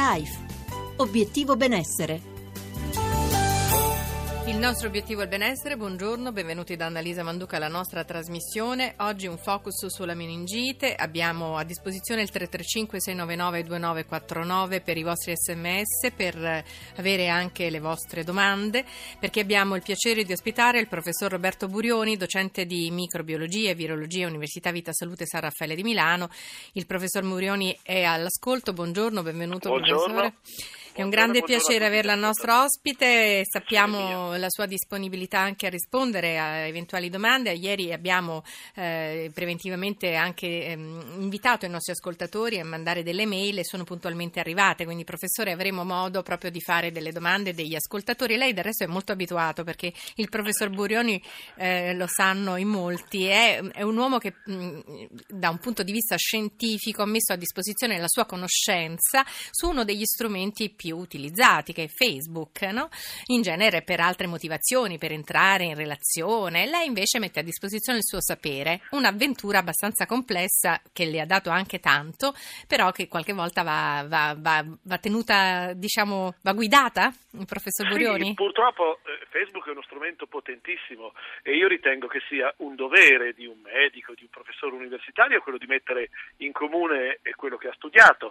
Life. Obiettivo benessere. Il nostro obiettivo è il benessere. Buongiorno, benvenuti da Annalisa Manduca alla nostra trasmissione. Oggi un focus sulla meningite. Abbiamo a disposizione il 335-699-2949 per i vostri sms, per avere anche le vostre domande, perché abbiamo il piacere di ospitare il professor Roberto Burioni, docente di microbiologia e virologia Università Vita Salute San Raffaele di Milano. Il professor Burioni è all'ascolto. Buongiorno, benvenuto. Buongiorno. Professore. È un grande piacere averla nostra ospite. Sappiamo la sua disponibilità anche a rispondere a eventuali domande. Ieri abbiamo preventivamente anche invitato i nostri ascoltatori a mandare delle mail e sono puntualmente arrivate, quindi professore avremo modo proprio di fare delle domande degli ascoltatori. Lei del resto è molto abituato, perché il professor Burioni lo sanno in molti, è un uomo che da un punto di vista scientifico ha messo a disposizione la sua conoscenza su uno degli strumenti più utilizzati, che è Facebook, no? In genere per altre motivazioni, per entrare in relazione. Lei invece mette a disposizione il suo sapere, un'avventura abbastanza complessa che le ha dato anche tanto, però che qualche volta va tenuta, diciamo, va guidata, il professor Burioni? Sì, purtroppo Facebook è uno strumento potentissimo e io ritengo che sia un dovere di un medico, di un professore universitario, quello di mettere in comune quello che ha studiato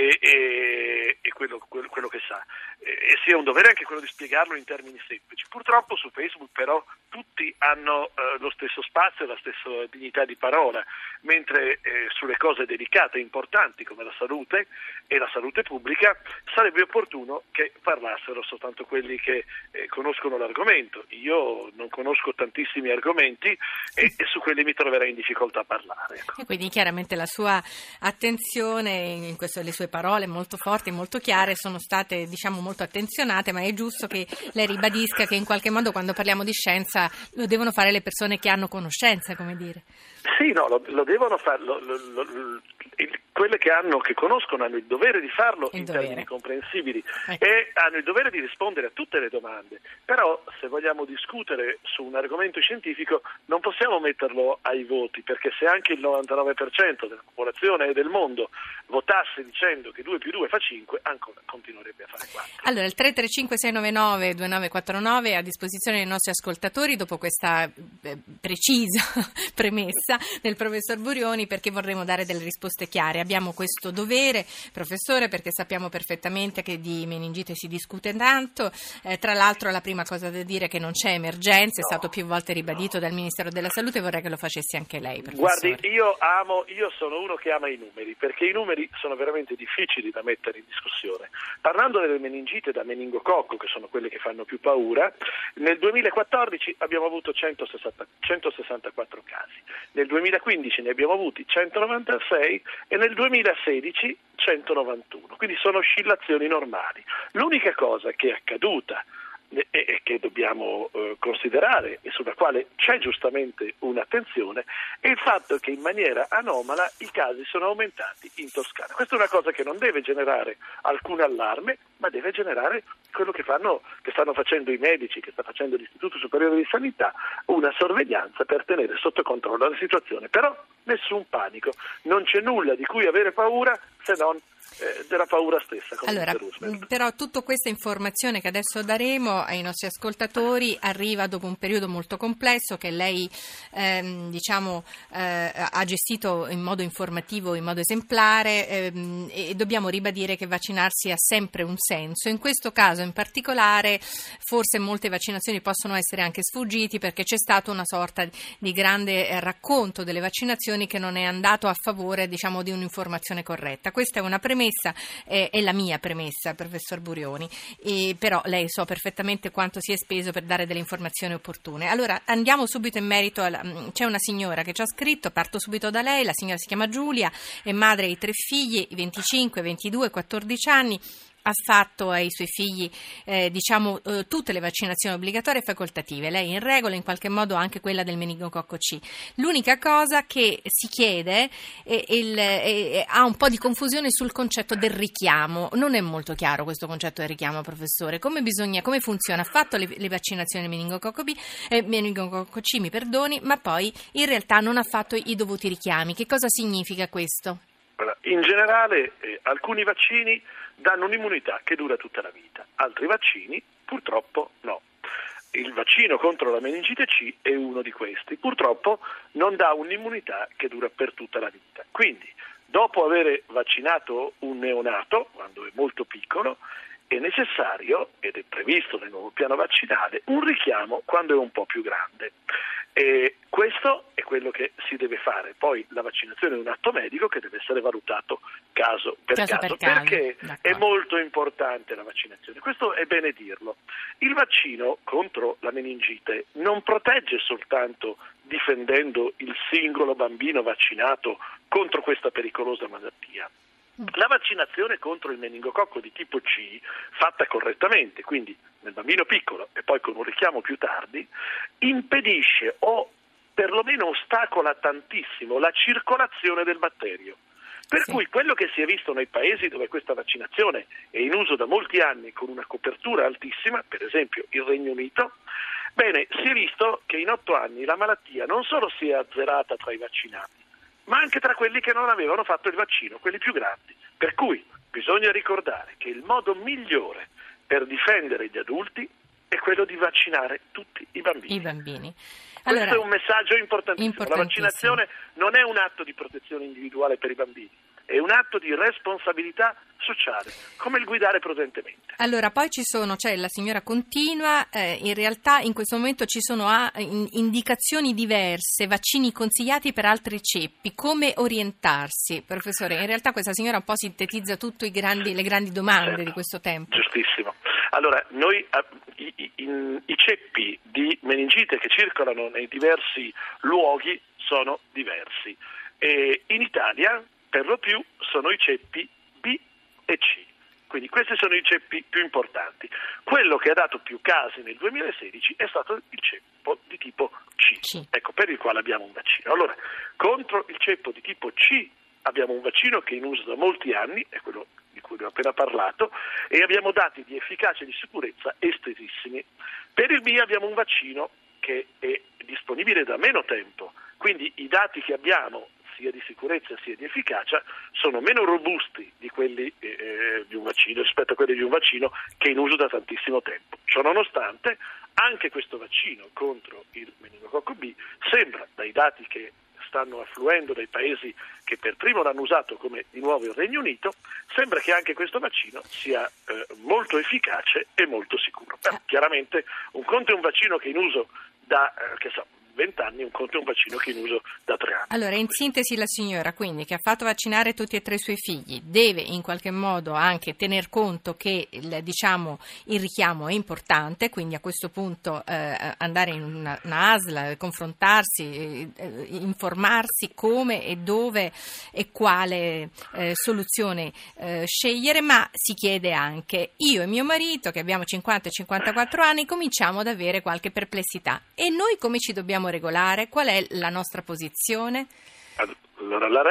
e quello che sa, e sia un dovere anche quello di spiegarlo in termini semplici. Purtroppo su Facebook però tutti hanno lo stesso spazio e la stessa dignità di parola, mentre sulle cose delicate e importanti come la salute e la salute pubblica sarebbe opportuno che parlassero soltanto quelli che conoscono l'argomento. Io non conosco tantissimi argomenti e su quelli mi troverei in difficoltà a parlare. E quindi chiaramente la sua attenzione, in questo, le sue parole molto forti, molto chiare, sono state, diciamo, molto attenzionate, ma è giusto che lei ribadisca che in qualche modo quando parliamo di scienza lo devono fare le persone che hanno conoscenza, come dire. Sì, no, lo devono fare. Quelle che conoscono hanno il dovere di farlo in termini comprensibili e hanno il dovere di rispondere a tutte le domande. Però se vogliamo discutere su un argomento scientifico non possiamo metterlo ai voti, perché se anche il 99% della popolazione e del mondo votasse dicendo che 2 più 2 fa 5, ancora continuerebbe a fare 4. Allora, il 335-699-2949 è a disposizione dei nostri ascoltatori dopo questa precisa premessa del professor Burioni, perché vorremmo dare delle risposte chiare. Abbiamo questo dovere, professore, perché sappiamo perfettamente che di meningite si discute tanto. Tra l'altro la prima cosa da dire è che non c'è emergenza, è stato più volte ribadito dal Ministero della Salute, vorrei che lo facessi anche lei, professore. Guardi, io sono uno che ama i numeri, perché i numeri sono veramente difficili da mettere in discussione. Parlando delle meningite da meningococco, che sono quelle che fanno più paura, nel 2014 abbiamo avuto 164 casi, nel 2015 ne abbiamo avuti 196 e nel 2016 191, quindi sono oscillazioni normali. L'unica cosa che è accaduta e che dobbiamo considerare e sulla quale c'è giustamente un'attenzione è il fatto che in maniera anomala i casi sono aumentati in Toscana. Questa è una cosa che non deve generare alcun allarme, ma deve generare quello che stanno facendo i medici, che sta facendo l'Istituto Superiore di Sanità, una sorveglianza per tenere sotto controllo la situazione. Però nessun panico, non c'è nulla di cui avere paura se non della paura stessa. Allora, però tutta questa informazione che adesso daremo ai nostri ascoltatori arriva dopo un periodo molto complesso che lei ha gestito in modo informativo, in modo esemplare, e dobbiamo ribadire che vaccinarsi ha sempre un senso. In questo caso in particolare forse molte vaccinazioni possono essere anche sfuggiti, perché c'è stato una sorta di grande racconto delle vaccinazioni che non è andato a favore, diciamo, di un'informazione corretta. Questa è una premessa, è la mia premessa, professor Burioni, però lei so perfettamente quanto si è speso per dare delle informazioni opportune. Allora andiamo subito in merito. C'è una signora che ci ha scritto, parto subito da lei. La signora si chiama Giulia, è madre di 3 figli, 25, 22 e 14 anni. ha fatto ai suoi figli tutte le vaccinazioni obbligatorie e facoltative. Lei in regola, in qualche modo anche quella del meningococco C. L'unica cosa che si chiede ha un po' di confusione sul concetto del richiamo. Non è molto chiaro questo concetto del richiamo, professore. Come funziona? Ha fatto le vaccinazioni del meningococco C, ma poi in realtà non ha fatto i dovuti richiami. Che cosa significa questo? In generale alcuni vaccini danno un'immunità che dura tutta la vita. Altri vaccini purtroppo no. Il vaccino contro la meningite C è uno di questi. Purtroppo non dà un'immunità che dura per tutta la vita. Quindi, dopo aver vaccinato un neonato, quando è molto piccolo, è necessario, ed è previsto nel nuovo piano vaccinale, un richiamo quando è un po' più grande. E questo è quello che si deve fare. Poi la vaccinazione è un atto medico che deve essere valutato caso per caso. Perché è molto importante la vaccinazione. Questo è bene dirlo. Il vaccino contro la meningite non protegge soltanto difendendo il singolo bambino vaccinato contro questa pericolosa malattia. La vaccinazione contro il meningococco di tipo C, fatta correttamente, quindi nel bambino piccolo e poi con un richiamo più tardi, impedisce o perlomeno ostacola tantissimo la circolazione del batterio. Per cui quello che si è visto nei paesi dove questa vaccinazione è in uso da molti anni con una copertura altissima, per esempio il Regno Unito, si è visto che in 8 anni la malattia non solo si è azzerata tra i vaccinati, ma anche tra quelli che non avevano fatto il vaccino, quelli più grandi. Per cui bisogna ricordare che il modo migliore per difendere gli adulti è quello di vaccinare tutti i bambini. Questo è un messaggio importantissimo. La vaccinazione non è un atto di protezione individuale per i bambini, è un atto di responsabilità sociale, come il guidare prudentemente. Allora, poi la signora continua, in realtà in questo momento ci sono indicazioni diverse, vaccini consigliati per altri ceppi, come orientarsi? Professore, in realtà questa signora un po' sintetizza tutte le grandi domande di questo tempo. Giustissimo. Allora, noi i ceppi di meningite che circolano nei diversi luoghi sono diversi e in Italia per lo più sono i ceppi B e C. Quindi questi sono i ceppi più importanti. Quello che ha dato più casi nel 2016 è stato il ceppo di tipo C. Ecco, per il quale abbiamo un vaccino. Allora, contro il ceppo di tipo C abbiamo un vaccino che è in uso da molti anni, è quello di cui ho appena parlato, e abbiamo dati di efficacia e di sicurezza estesissimi. Per il B abbiamo un vaccino che è disponibile da meno tempo, quindi i dati che abbiamo sia di sicurezza sia di efficacia sono meno robusti di quelli di un vaccino rispetto a quelli di un vaccino che è in uso da tantissimo tempo. Ciononostante, anche questo vaccino contro il meningococco B sembra, dai dati che stanno affluendo dai paesi che per primo l'hanno usato, come di nuovo il Regno Unito, sembra che anche questo vaccino sia molto efficace e molto sicuro. Però, chiaramente un conto è un vaccino che è in uso da 20 anni, un conto è un vaccino che è in uso da 3 anni. Allora, in sintesi, la signora quindi che ha fatto vaccinare tutti e 3 i suoi figli deve in qualche modo anche tener conto che il richiamo è importante, quindi a questo punto andare in una ASL, confrontarsi, informarsi come e dove e quale soluzione scegliere, ma si chiede anche: io e mio marito che abbiamo 50 e 54 anni cominciamo ad avere qualche perplessità, e noi come ci dobbiamo regolare? Qual è la nostra posizione? Allora, la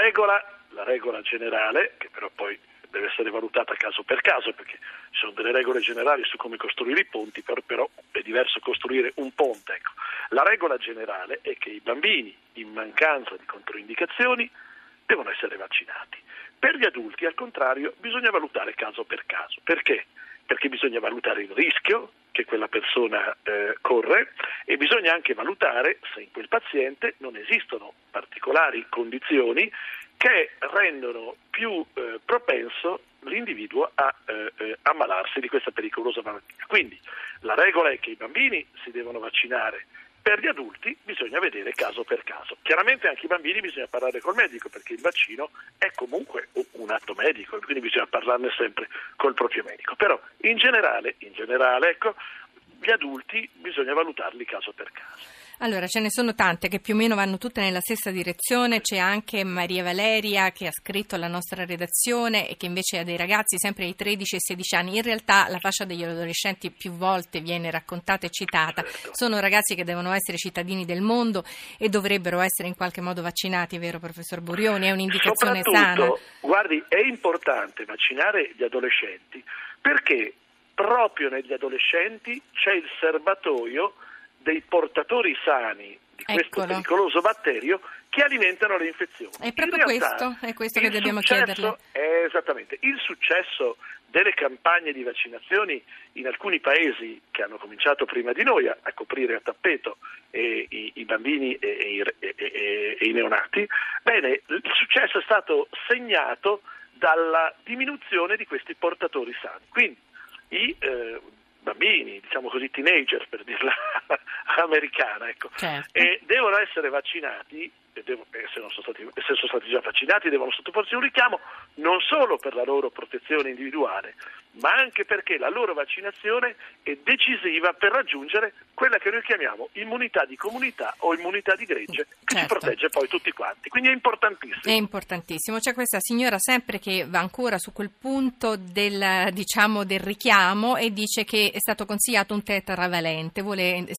regola generale, che però poi deve essere valutata caso per caso, perché ci sono delle regole generali su come costruire i ponti, però è diverso costruire un ponte. Ecco. La regola generale è che i bambini in mancanza di controindicazioni devono essere vaccinati. Per gli adulti, al contrario, bisogna valutare caso per caso. Perché? Perché bisogna valutare il rischio che quella persona corre e bisogna anche valutare se in quel paziente non esistono particolari condizioni che rendono più propenso l'individuo a ammalarsi di questa pericolosa malattia. Quindi la regola è che i bambini si devono vaccinare. Per gli adulti bisogna vedere caso per caso. Chiaramente anche i bambini bisogna parlare col medico, perché il vaccino è comunque un atto medico, quindi bisogna parlarne sempre col proprio medico. Però in generale, ecco, gli adulti bisogna valutarli caso per caso. Allora, ce ne sono tante che più o meno vanno tutte nella stessa direzione. C'è anche Maria Valeria che ha scritto alla nostra redazione e che invece ha dei ragazzi sempre di 13 e 16 anni. In realtà la fascia degli adolescenti più volte viene raccontata e citata. Sono ragazzi che devono essere cittadini del mondo e dovrebbero essere in qualche modo vaccinati, vero professor Burioni? È un'indicazione sana. Guardi, è importante vaccinare gli adolescenti perché proprio negli adolescenti c'è il serbatoio dei portatori sani di questo pericoloso batterio che alimentano le infezioni. È proprio questo che dobbiamo chiederle. Esattamente. Il successo delle campagne di vaccinazioni in alcuni paesi che hanno cominciato prima di noi a coprire a tappeto i bambini e i neonati, bene, il successo è stato segnato dalla diminuzione di questi portatori sani. Quindi i bambini, diciamo così, teenager per dirla americana, ecco, certo. Devono essere vaccinati, se sono stati già vaccinati devono sottoporsi a un richiamo non solo per la loro protezione individuale, ma anche perché la loro vaccinazione è decisiva per raggiungere quella che noi chiamiamo immunità di comunità o immunità di gregge, che ci protegge poi tutti quanti. Quindi è importantissimo. È importantissimo. C'è questa signora sempre che va ancora su quel punto del richiamo e dice che è stato consigliato un tetravalente, vuole